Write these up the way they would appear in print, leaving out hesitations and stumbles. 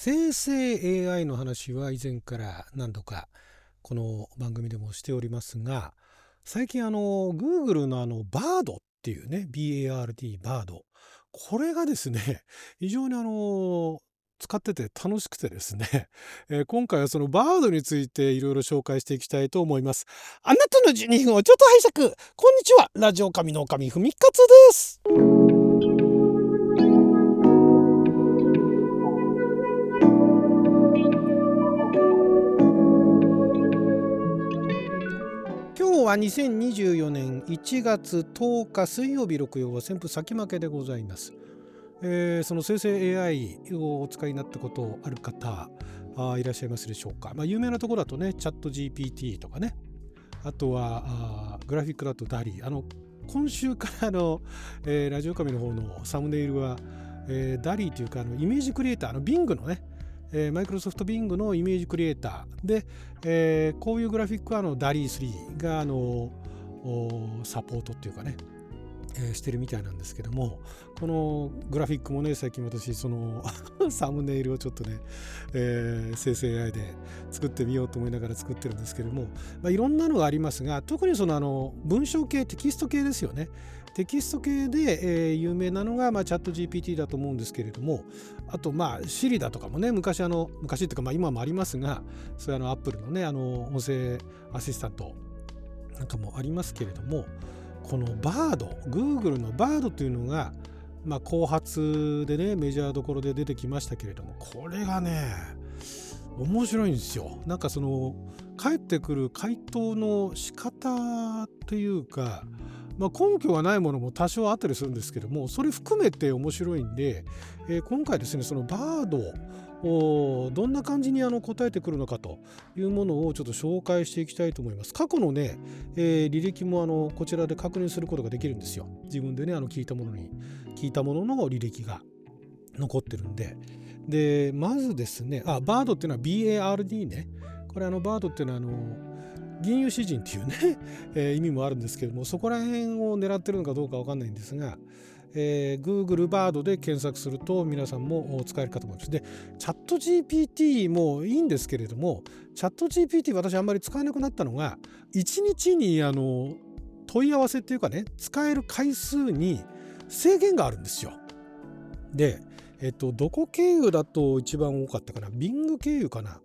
生成 AI の話は以前から何度かこの番組でもしておりますが、最近Google のBard っていうね、BARD バード、これがですね、非常に使ってて楽しくてですね、今回はその Bard についていろいろ紹介していきたいと思います。あなたの12分をちょっと拝借。こんにちは、ラジオ神の神ふみかつです。今日は2024年1月10日水曜日、六曜は旋風先負けでございます。その生成 AI をお使いになったことある方いらっしゃいますでしょうか。有名なところだとね、チャット GPT とかね、あとはグラフィックだとダリー。今週からラジオ神の方のサムネイルは、ダリーというかイメージクリエイターBing のね、マイクロソフト Bing のイメージクリエイターで、こういうグラフィックはダリー3がサポートっていうかね、してるみたいなんですけども、このグラフィックもね、最近私そのサムネイルをちょっとね、生成 AI で作ってみようと思いながら作ってるんですけども、いろんなのがありますが、特にその文章系、テキスト系ですよね。テキスト系で、有名なのが、チャット GPT だと思うんですけれども、あとSiri だとかもね、昔っていうか今もありますが、そういうApple のね、音声アシスタントなんかもありますけれども、このGoogle の Bard というのが、後発でね、メジャーどころで出てきましたけれども、これがね、面白いんですよ。なんかその返ってくる回答の仕方というか、根拠がないものも多少あったりするんですけども、それ含めて面白いんで、今回ですね、そのBardどんな感じに答えてくるのかというものをちょっと紹介していきたいと思います。過去のね、履歴もこちらで確認することができるんですよ。自分でね、聞いたものの履歴が残ってるんで。で、まずですね、バードっていうのは BARD ね。これバードっていうのは銀融詩人っていうね、意味もあるんですけども、そこら辺を狙ってるのかどうかわかんないんですが、Google Bard で検索すると皆さんも使えるかと思います。で、チャット GPT もいいんですけれども、チャット GPT 私あんまり使えなくなったのが、1日に問い合わせっていうかね、使える回数に制限があるんですよ。で、どこ経由だと一番多かったかな、Bing 経由かな。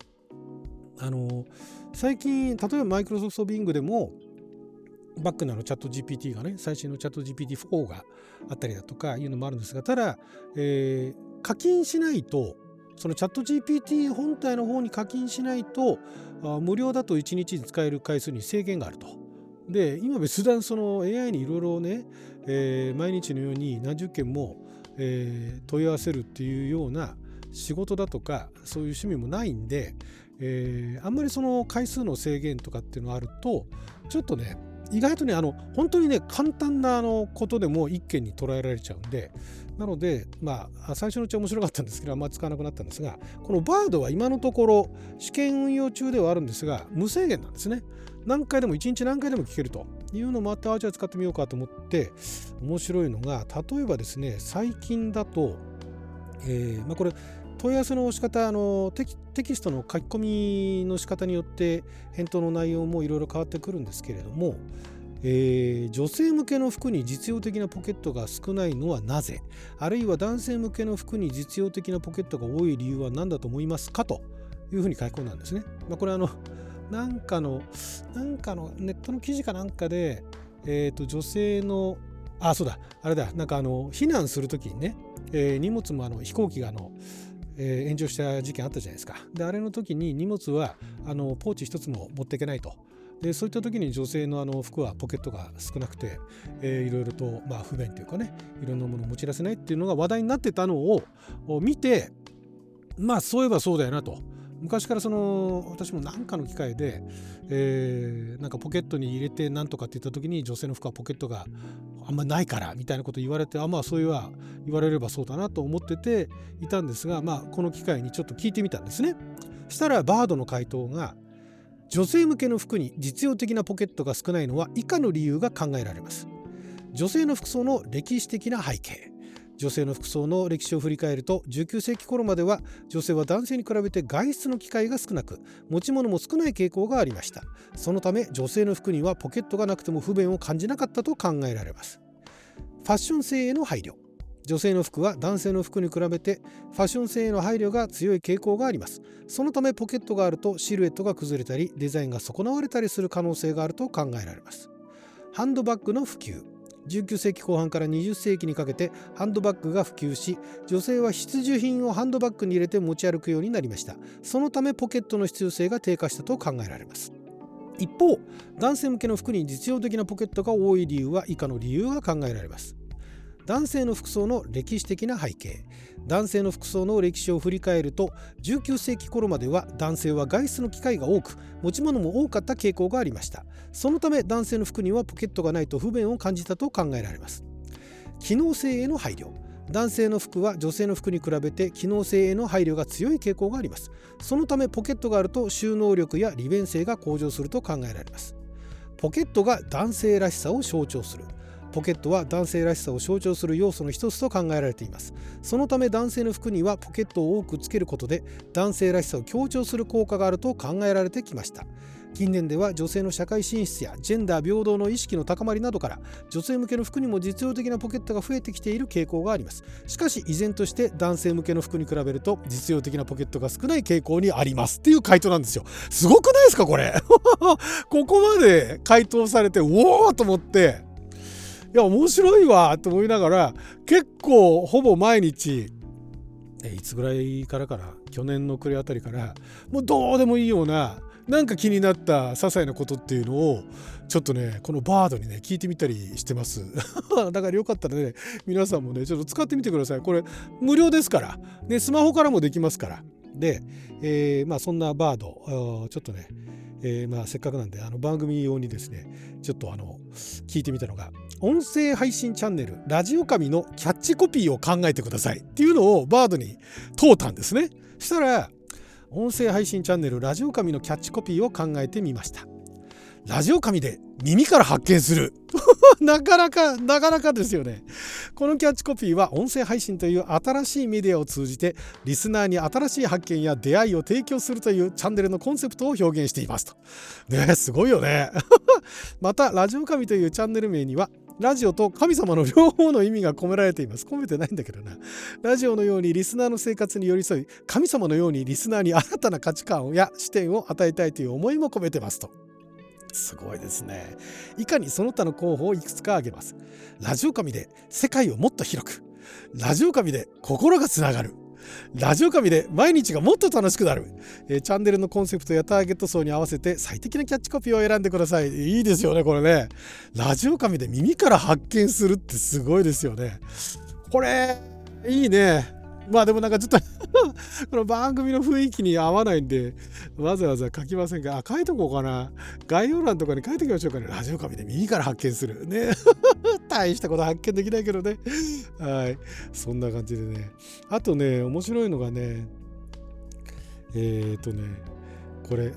最近、例えば Microsoft Bing でもバックのチャット GPT がね、最新のチャット GPT4 があったりだとかいうのもあるんですが、ただ、課金しないと、そのチャット GPT 本体の方に課金しないと、無料だと1日に使える回数に制限があると。で、今別段その AI にいろいろね、毎日のように何十件も、問い合わせるっていうような仕事だとか、そういう趣味もないんで、あんまりその回数の制限とかっていうのがあると、ちょっとね、意外とね、本当にね、簡単なことでも一件に捉えられちゃうんで、なので、最初のうちは面白かったんですけど、あんまり使わなくなったんですが、この Bard は今のところ試験運用中ではあるんですが、無制限なんですね。何回でも、1日何回でも聞けるというのもあって、じゃあ使ってみようかと思って、面白いのが、例えばですね、最近だと、これ、問い合わせの仕方、テキストの書き込みの仕方によって返答の内容もいろいろ変わってくるんですけれども、女性向けの服に実用的なポケットが少ないのはなぜ、あるいは男性向けの服に実用的なポケットが多い理由は何だと思いますかというふうに書き込んだんですね。これなんかのネットの記事かなんかで、女性のそうだあれだ、なんか避難するときにね、荷物も飛行機が炎上した事件あったじゃないですか。で、あれの時に荷物はポーチ一つも持っていけないと。で、そういった時に女性の服はポケットが少なくて、いろいろと不便というかね、いろんなものを持ち出せないっていうのが話題になってたのを見て、そういえばそうだよなと。昔から私も何かの機会で、なんかポケットに入れてなんとかって言った時に、女性の服はポケットがあんまないからみたいなこと言われて、そういうは言われればそうだなと思ってていたんですが、この機会にちょっと聞いてみたんですね。したらバードの回答が、女性向けの服に実用的なポケットが少ないのは以下の理由が考えられます。女性の服装の歴史的な背景、 女性の服装の歴史を振り返ると、19世紀頃までは女性は男性に比べて外出の機会が少なく、持ち物も少ない傾向がありました。そのため女性の服にはポケットがなくても不便を感じなかったと考えられます。ファッション性への配慮。女性の服は男性の服に比べてファッション性への配慮が強い傾向があります。そのためポケットがあるとシルエットが崩れたりデザインが損なわれたりする可能性があると考えられます。ハンドバッグの普及。19世紀後半から20世紀にかけてハンドバッグが普及し、女性は必需品をハンドバッグに入れて持ち歩くようになりました。そのためポケットの必要性が低下したと考えられます。一方、男性向けの服に実用的なポケットが多い理由は以下の理由が考えられます。男性の服装の歴史的な背景。男性の服装の歴史を振り返ると、19世紀頃までは男性は外出の機会が多く、持ち物も多かった傾向がありました。そのため男性の服にはポケットがないと不便を感じたと考えられます。機能性への配慮。男性の服は女性の服に比べて機能性への配慮が強い傾向があります。そのためポケットがあると収納力や利便性が向上すると考えられます。ポケットが男性らしさを象徴する。ポケットは男性らしさを象徴する要素の一つと考えられています。そのため男性の服にはポケットを多くつけることで男性らしさを強調する効果があると考えられてきました。近年では女性の社会進出やジェンダー平等の意識の高まりなどから女性向けの服にも実用的なポケットが増えてきている傾向があります。しかし依然として男性向けの服に比べると実用的なポケットが少ない傾向にありますっていう回答なんですよ。すごくないですかこれここまで回答されておおと思って、いや面白いわと思いながら、結構ほぼ毎日いつぐらいからかな、去年の暮れあたりからもうどうでもいいようななんか気になった些細なことっていうのをちょっとねこのバードにね聞いてみたりしてますだからよかったらね皆さんもねちょっと使ってみてください。これ無料ですからね、スマホからもできますから。で、そんなバードちょっとねせっかくなんで番組用にですねちょっと聞いてみたのが、音声配信チャンネルラジオ神のキャッチコピーを考えてくださいっていうのをバードに問うたんですね。したら音声配信チャンネルラジオ神のキャッチコピーを考えてみました。ラジオ神で耳から発見するなかなかですよね。このキャッチコピーは音声配信という新しいメディアを通じてリスナーに新しい発見や出会いを提供するというチャンネルのコンセプトを表現していますと。ね、すごいよねまたラジオ神というチャンネル名にはラジオと神様の両方の意味が込められています。込めてないんだけどな。ラジオのようにリスナーの生活に寄り添い、神様のようにリスナーに新たな価値観や視点を与えたいという思いも込めてますと。すごいですね。以下にその他の候補をいくつか挙げます。ラジオ神で世界をもっと広く。ラジオ神で心がつながる。ラジオ神で毎日がもっと楽しくなる。チャンネルのコンセプトやターゲット層に合わせて最適なキャッチコピーを選んでください。いいですよねこれね。ラジオ神で耳から発見するってすごいですよね。これいいね。まあでもなんかちょっとこの番組の雰囲気に合わないんでわざわざ書きませんが、書いとこうかな。概要欄とかに書いておきましょうかね。ラジオ神で耳から発見するね大したこと発見できないけどね。はい、そんな感じでね。あとね面白いのがねこれ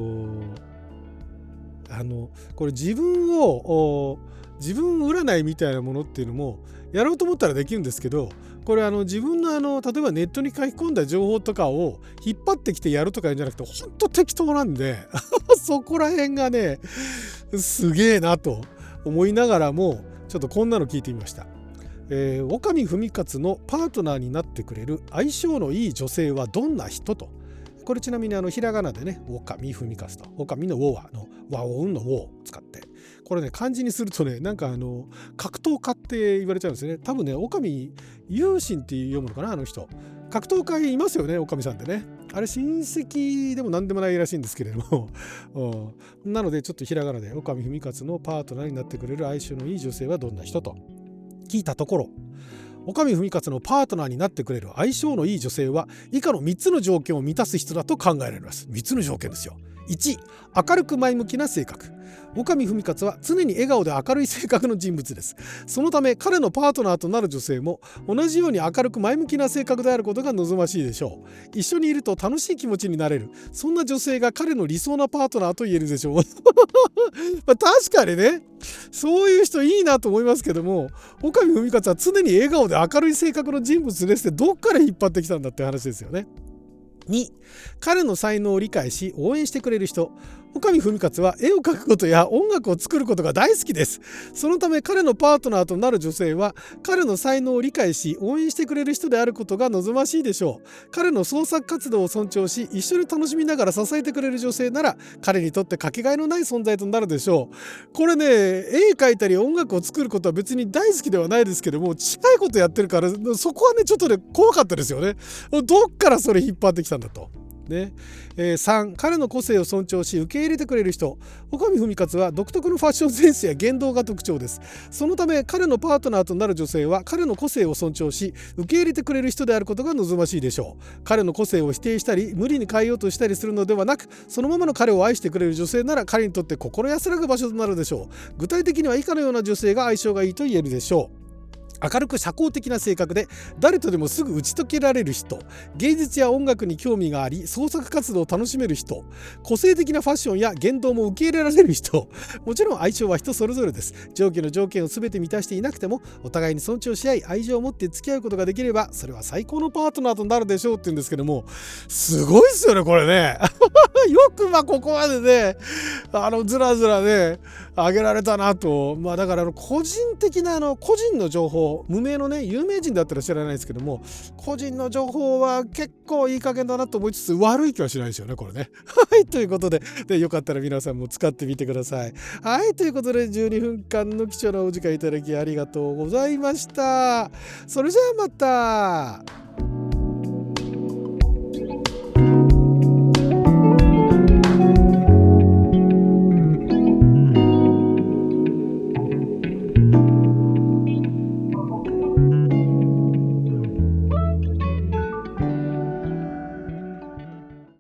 これ自分占いみたいなものっていうのもやろうと思ったらできるんですけど、これ自分の例えばネットに書き込んだ情報とかを引っ張ってきてやるとかいうんじゃなくて、ほんと適当なんでそこら辺がねすげえなと思いながらも、ちょっとこんなの聞いてみました。岡見文勝のパートナーになってくれる相性のいい女性はどんな人と。これちなみにひらがなでね、岡見文勝と、岡見のウォーの和音のウォーを使って、これね漢字にするとね、なんか格闘家って言われちゃうんですよね。多分ね岡見雄心って読むのかな、あの人。格闘家いますよね、岡見さんってね。あれ親戚でも何でもないらしいんですけれどもなのでちょっとひらがなで岡見文勝のパートナーになってくれる相性のいい女性はどんな人と聞いたところ、岡見文勝のパートナーになってくれる相性のいい女性は以下の3つの条件を満たす人だと考えられます。3つの条件ですよ。 1、明るく前向きな性格。岡見文勝は常に笑顔で明るい性格の人物です。そのため彼のパートナーとなる女性も同じように明るく前向きな性格であることが望ましいでしょう。一緒にいると楽しい気持ちになれる、そんな女性が彼の理想なパートナーと言えるでしょう。まあ確かにね、そういう人いいなと思いますけども、岡見文勝は常に笑顔で明るい性格の人物ですってどっから引っ張ってきたんだって話ですよね。2、彼の才能を理解し応援してくれる人。岡見文勝は絵を描くことや音楽を作ることが大好きです。そのため彼のパートナーとなる女性は彼の才能を理解し応援してくれる人であることが望ましいでしょう。彼の創作活動を尊重し一緒に楽しみながら支えてくれる女性なら彼にとってかけがえのない存在となるでしょう。これね、絵描いたり音楽を作ることは別に大好きではないですけども、近いことやってるからそこはねちょっとね怖かったですよね。どっからそれ引っ張ってきたんだと。ね3、彼の個性を尊重し受け入れてくれる人。岡見文勝は独特のファッションセンスや言動が特徴です。そのため彼のパートナーとなる女性は彼の個性を尊重し受け入れてくれる人であることが望ましいでしょう。彼の個性を否定したり無理に変えようとしたりするのではなく、そのままの彼を愛してくれる女性なら彼にとって心安らぐ場所となるでしょう。具体的には以下のような女性が相性がいいと言えるでしょう。明るく社交的な性格で誰とでもすぐ打ち解けられる人。芸術や音楽に興味があり創作活動を楽しめる人。個性的なファッションや言動も受け入れられる人。もちろん相性は人それぞれです。上記の条件を全て満たしていなくてもお互いに尊重し合い愛情を持って付き合うことができればそれは最高のパートナーとなるでしょうって言うんですけども、すごいっすよねこれね。よくここまでねずらずらね上げられたなと。だから個人的な個人の情報、無名のね有名人だったら知らないですけども、個人の情報は結構いい加減だなと思いつつ悪い気はしないですよねこれね。はい、ということでよかったら皆さんも使ってみてください。はい、ということで12分間の貴重なお時間いただきありがとうございました。それじゃあまた。